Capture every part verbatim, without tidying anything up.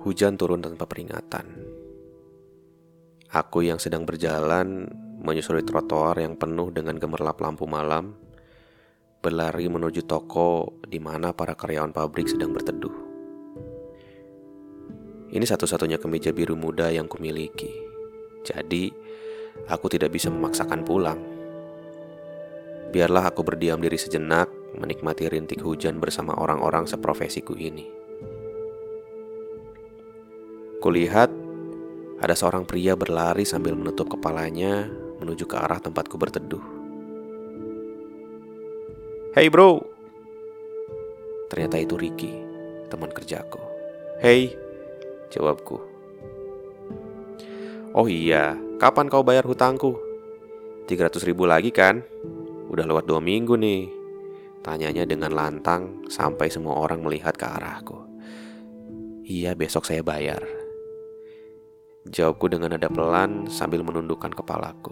Hujan turun tanpa peringatan. Aku yang sedang berjalan menyusuri trotoar yang penuh dengan gemerlap lampu malam, berlari menuju toko di mana para karyawan pabrik sedang berteduh. Ini satu-satunya kemeja biru muda yang kumiliki. Jadi, aku tidak bisa memaksakan pulang. Biarlah aku berdiam diri sejenak, menikmati rintik hujan bersama orang-orang seprofesiku ini. Kulihat ada seorang pria berlari sambil menutup kepalanya menuju ke arah tempatku berteduh. "Hey bro!" Ternyata itu Ricky, teman kerjaku. "Hey," jawabku. "Oh iya, kapan kau bayar hutangku? tiga ratus ribu lagi kan? Udah lewat dua minggu nih," tanyanya dengan lantang sampai semua orang melihat ke arahku. "Iya, besok saya bayar," jawabku dengan nada pelan sambil menundukkan kepalaku.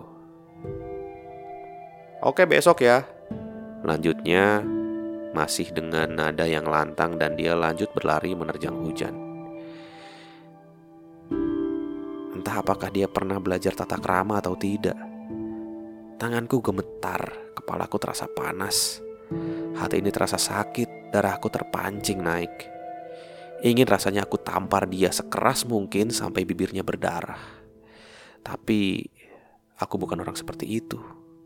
"Oke, besok ya," lanjutnya masih dengan nada yang lantang, dan dia lanjut berlari menerjang hujan. Entah apakah dia pernah belajar tata krama atau tidak. Tanganku gemetar, kepalaku terasa panas, hati ini terasa sakit, darahku terpancing naik. Ingin rasanya aku tampar dia sekeras mungkin sampai bibirnya berdarah. Tapi aku bukan orang seperti itu.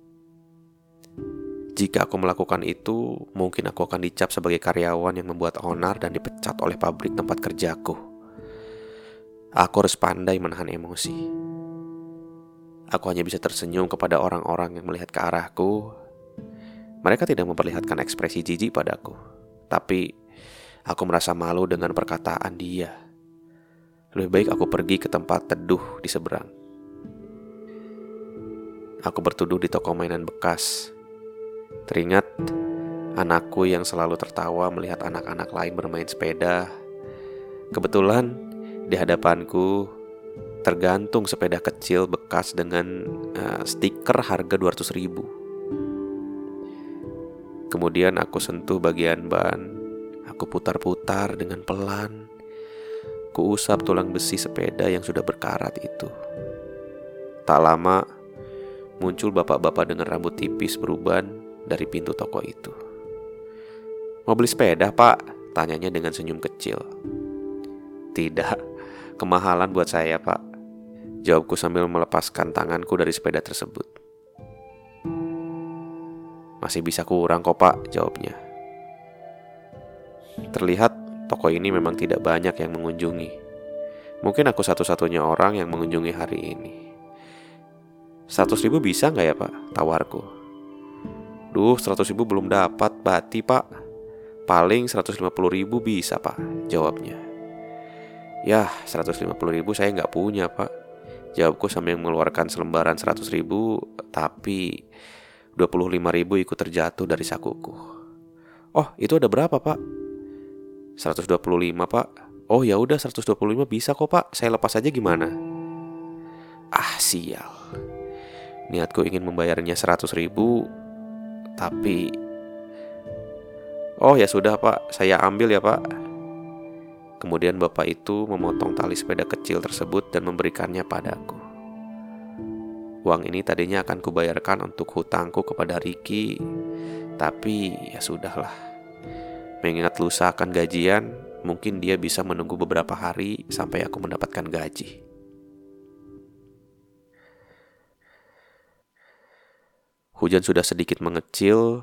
Jika aku melakukan itu, mungkin aku akan dicap sebagai karyawan yang membuat onar dan dipecat oleh pabrik tempat kerjaku. Aku harus pandai menahan emosi. Aku hanya bisa tersenyum kepada orang-orang yang melihat ke arahku. Mereka tidak memperlihatkan ekspresi jijik padaku, tapi aku merasa malu dengan perkataan dia. Lebih baik aku pergi ke tempat teduh di seberang. Aku berteduh di toko mainan bekas. Teringat anakku yang selalu tertawa melihat anak-anak lain bermain sepeda. Kebetulan di hadapanku tergantung sepeda kecil bekas dengan uh, stiker harga dua ratus ribu. Kemudian aku sentuh bagian ban. Aku putar-putar dengan pelan. Kuusap tulang besi sepeda yang sudah berkarat itu. Tak lama, muncul bapak-bapak dengan rambut tipis beruban dari pintu toko itu. "Mau beli sepeda, Pak?" tanyanya dengan senyum kecil. "Tidak, kemahalan buat saya, Pak," jawabku sambil melepaskan tanganku dari sepeda tersebut. "Masih bisa kurang kok, Pak," jawabnya. Terlihat toko ini memang tidak banyak yang mengunjungi. Mungkin aku satu-satunya orang yang mengunjungi hari ini. Seratus ribu bisa gak ya, Pak?" tawarku. "Duh, seratus ribu belum dapat bati, Pak. Paling seratus lima puluh ribu bisa, Pak," jawabnya. "Yah, seratus lima puluh ribu saya gak punya, Pak," jawabku sambil mengeluarkan selembaran seratus ribu, tapi dua puluh lima ribu ikut terjatuh dari sakuku. "Oh, itu ada berapa, Pak?" seratus dua puluh lima, Pak." "Oh ya udah, seratus dua puluh lima bisa kok, Pak. Saya lepas aja gimana?" Ah, sial. Niatku ingin membayarnya seratus ribu, tapi "Oh ya sudah, Pak. Saya ambil ya, Pak." Kemudian bapak itu memotong tali sepeda kecil tersebut dan memberikannya padaku. Uang ini tadinya akan kubayarkan untuk hutangku kepada Ricky, tapi ya sudahlah. Mengingat lusa akan gajian, mungkin dia bisa menunggu beberapa hari sampai aku mendapatkan gaji. Hujan sudah sedikit mengecil.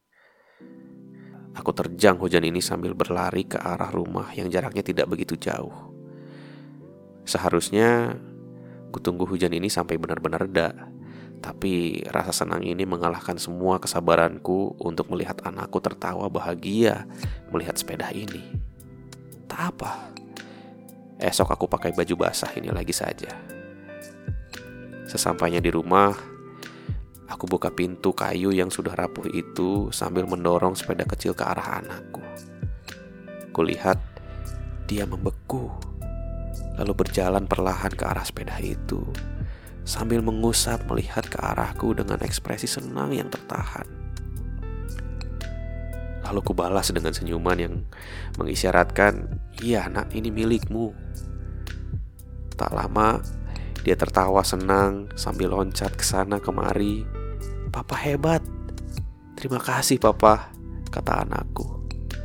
Aku terjang hujan ini sambil berlari ke arah rumah yang jaraknya tidak begitu jauh. Seharusnya kutunggu hujan ini sampai benar-benar reda, tapi rasa senang ini mengalahkan semua kesabaranku untuk melihat anakku tertawa bahagia melihat sepeda ini. Tak apa, esok aku pakai baju basah ini lagi saja. Sesampainya di rumah, aku buka pintu kayu yang sudah rapuh itu sambil mendorong sepeda kecil ke arah anakku. Kulihat dia membeku, lalu berjalan perlahan ke arah sepeda itu sambil mengusap melihat ke arahku dengan ekspresi senang yang tertahan. Lalu kubalas dengan senyuman yang mengisyaratkan, "Iya nak, ini milikmu." Tak lama dia tertawa senang sambil loncat ke sana kemari. "Papa hebat. Terima kasih papa," kata anakku.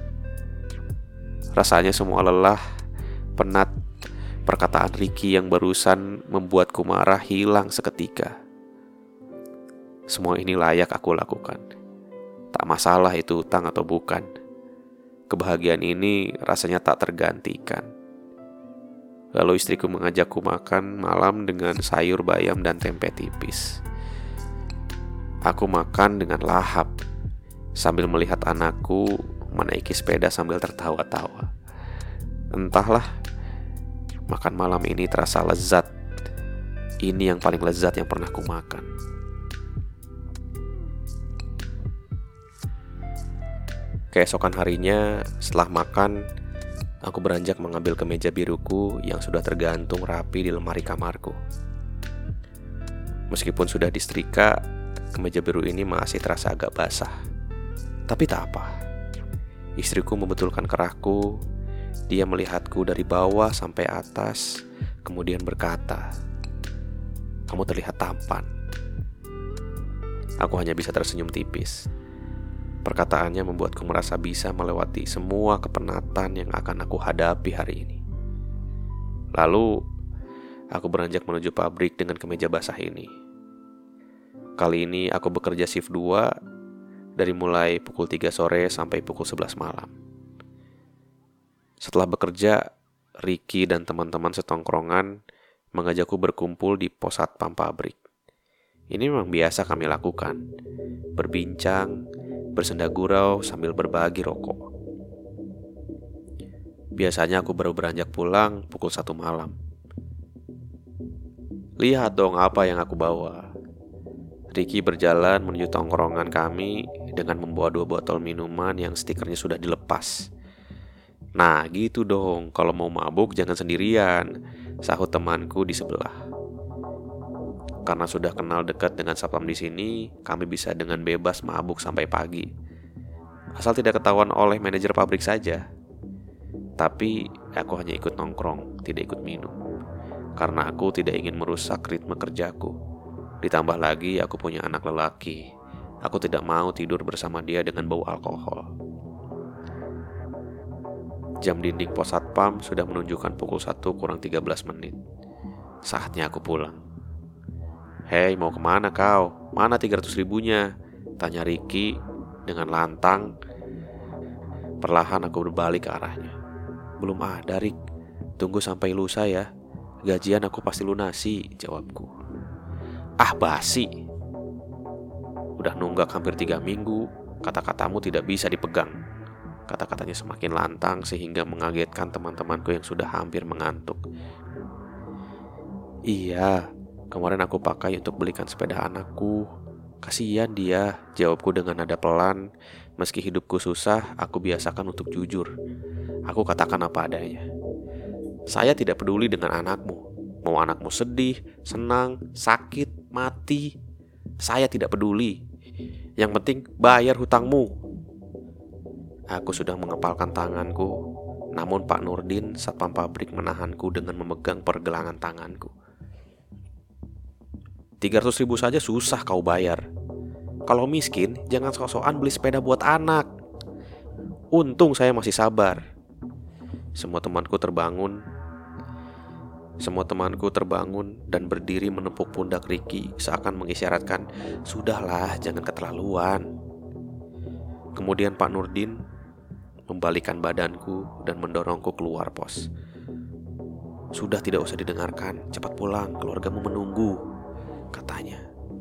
Rasanya semua lelah, penat, perkataan Ricky yang barusan membuatku marah hilang seketika. Semua ini layak aku lakukan. Tak masalah itu utang atau bukan. Kebahagiaan ini rasanya tak tergantikan. Lalu istriku mengajakku makan malam dengan sayur bayam dan tempe tipis. Aku makan dengan lahap sambil melihat anakku menaiki sepeda sambil tertawa-tawa. Entahlah, makan malam ini terasa lezat. Ini yang paling lezat yang pernah ku makan. Keesokan harinya, setelah makan, aku beranjak mengambil kemeja biruku yang sudah tergantung rapi di lemari kamarku. Meskipun sudah disetrika, kemeja biru ini masih terasa agak basah. Tapi tak apa. Istriku membetulkan kerahku. Dia melihatku dari bawah sampai atas, kemudian berkata, "Kamu terlihat tampan." Aku hanya bisa tersenyum tipis. Perkataannya membuatku merasa bisa melewati semua kepenatan yang akan aku hadapi hari ini. Lalu, aku beranjak menuju pabrik dengan kemeja basah ini. Kali ini aku bekerja shift dua, dari mulai pukul tiga sore sampai pukul sebelas malam. Setelah bekerja, Ricky dan teman-teman setongkrongan mengajakku berkumpul di pos satpam pabrik. Ini memang biasa kami lakukan, berbincang, bersenda gurau sambil berbagi rokok. Biasanya aku baru beranjak pulang pukul satu malam. Lihat dong apa yang aku bawa. Ricky berjalan menuju tongkrongan kami dengan membawa dua botol minuman yang stikernya sudah dilepas. "Nah gitu dong, kalau mau mabuk jangan sendirian," sahut temanku di sebelah. Karena sudah kenal dekat dengan satpam di sini, kami bisa dengan bebas mabuk sampai pagi. Asal tidak ketahuan oleh manajer pabrik saja. Tapi aku hanya ikut nongkrong, tidak ikut minum. Karena aku tidak ingin merusak ritme kerjaku. Ditambah lagi aku punya anak lelaki. Aku tidak mau tidur bersama dia dengan bau alkohol. Jam dinding pos satpam sudah menunjukkan pukul satu kurang tiga belas menit. Saatnya aku pulang. "Hei, mau kemana kau? Mana tiga ratus ribunya?" tanya Ricky dengan lantang. Perlahan aku berbalik ke arahnya. "Belum ada, Rick. Tunggu sampai lusa ya. Gajian aku pasti lunasi," jawabku. "Ah, basi. Udah nunggak hampir tiga minggu. Kata-katamu tidak bisa dipegang." Kata-katanya semakin lantang sehingga mengagetkan teman-temanku yang sudah hampir mengantuk. "Iya, kemarin aku pakai untuk belikan sepeda anakku. Kasihan dia," jawabku dengan nada pelan. Meski hidupku susah, aku biasakan untuk jujur. Aku katakan apa adanya. Saya tidak peduli dengan anakmu. Mau anakmu sedih, senang, sakit, mati, saya tidak peduli. Yang penting bayar hutangmu. Aku sudah mengepalkan tanganku, namun Pak Nurdin, satpam pabrik, menahanku dengan memegang pergelangan tanganku. tiga ratus ribu saja susah kau bayar. Kalau miskin, jangan sok-sokan beli sepeda buat anak. Untung saya masih sabar." Semua temanku terbangun. Semua temanku terbangun dan berdiri menepuk pundak Ricky seakan mengisyaratkan, "Sudahlah, jangan keterlaluan." Kemudian Pak Nurdin membalikkan badanku dan mendorongku keluar pos. "Sudah, tidak usah didengarkan, cepat pulang, keluargamu menunggu," katanya.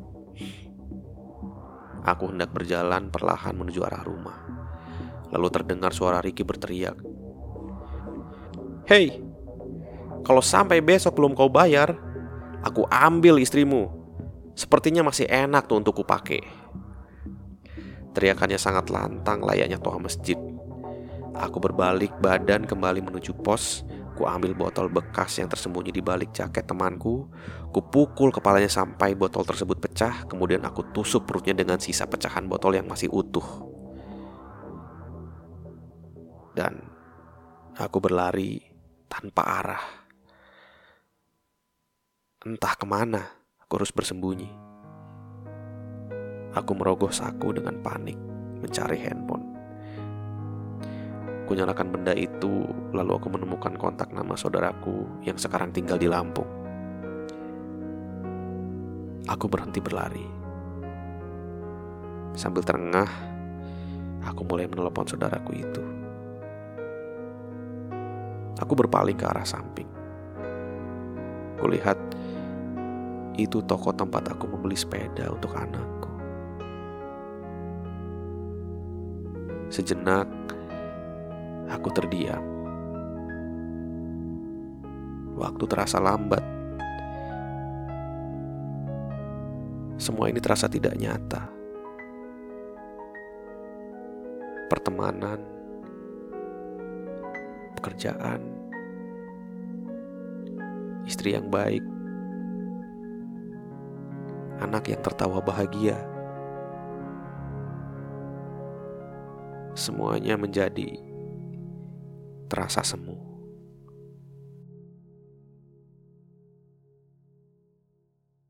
Aku hendak berjalan perlahan menuju arah rumah. Lalu terdengar suara Ricky berteriak, "Hei, kalau sampai besok belum kau bayar, aku ambil istrimu. Sepertinya masih enak tuh untuk kupakai." Teriakannya sangat lantang layaknya toa masjid. Aku berbalik badan kembali menuju pos. Ku ambil botol bekas yang tersembunyi di balik jaket temanku. Ku pukul kepalanya sampai botol tersebut pecah. Kemudian aku tusuk perutnya dengan sisa pecahan botol yang masih utuh. Dan aku berlari tanpa arah. Entah kemana aku harus bersembunyi. Aku merogoh saku dengan panik mencari handphone. Aku nyalakan benda itu, lalu aku menemukan kontak nama saudaraku yang sekarang tinggal di Lampung. Aku berhenti berlari. Sambil terengah, aku mulai menelepon saudaraku itu. Aku berpaling ke arah samping. Kulihat itu toko tempat aku membeli sepeda untuk anakku. Sejenak, aku terdiam. Waktu terasa lambat. Semua ini terasa tidak nyata. Pertemanan, pekerjaan, istri yang baik, anak yang tertawa bahagia. Semuanya menjadi terasa semu.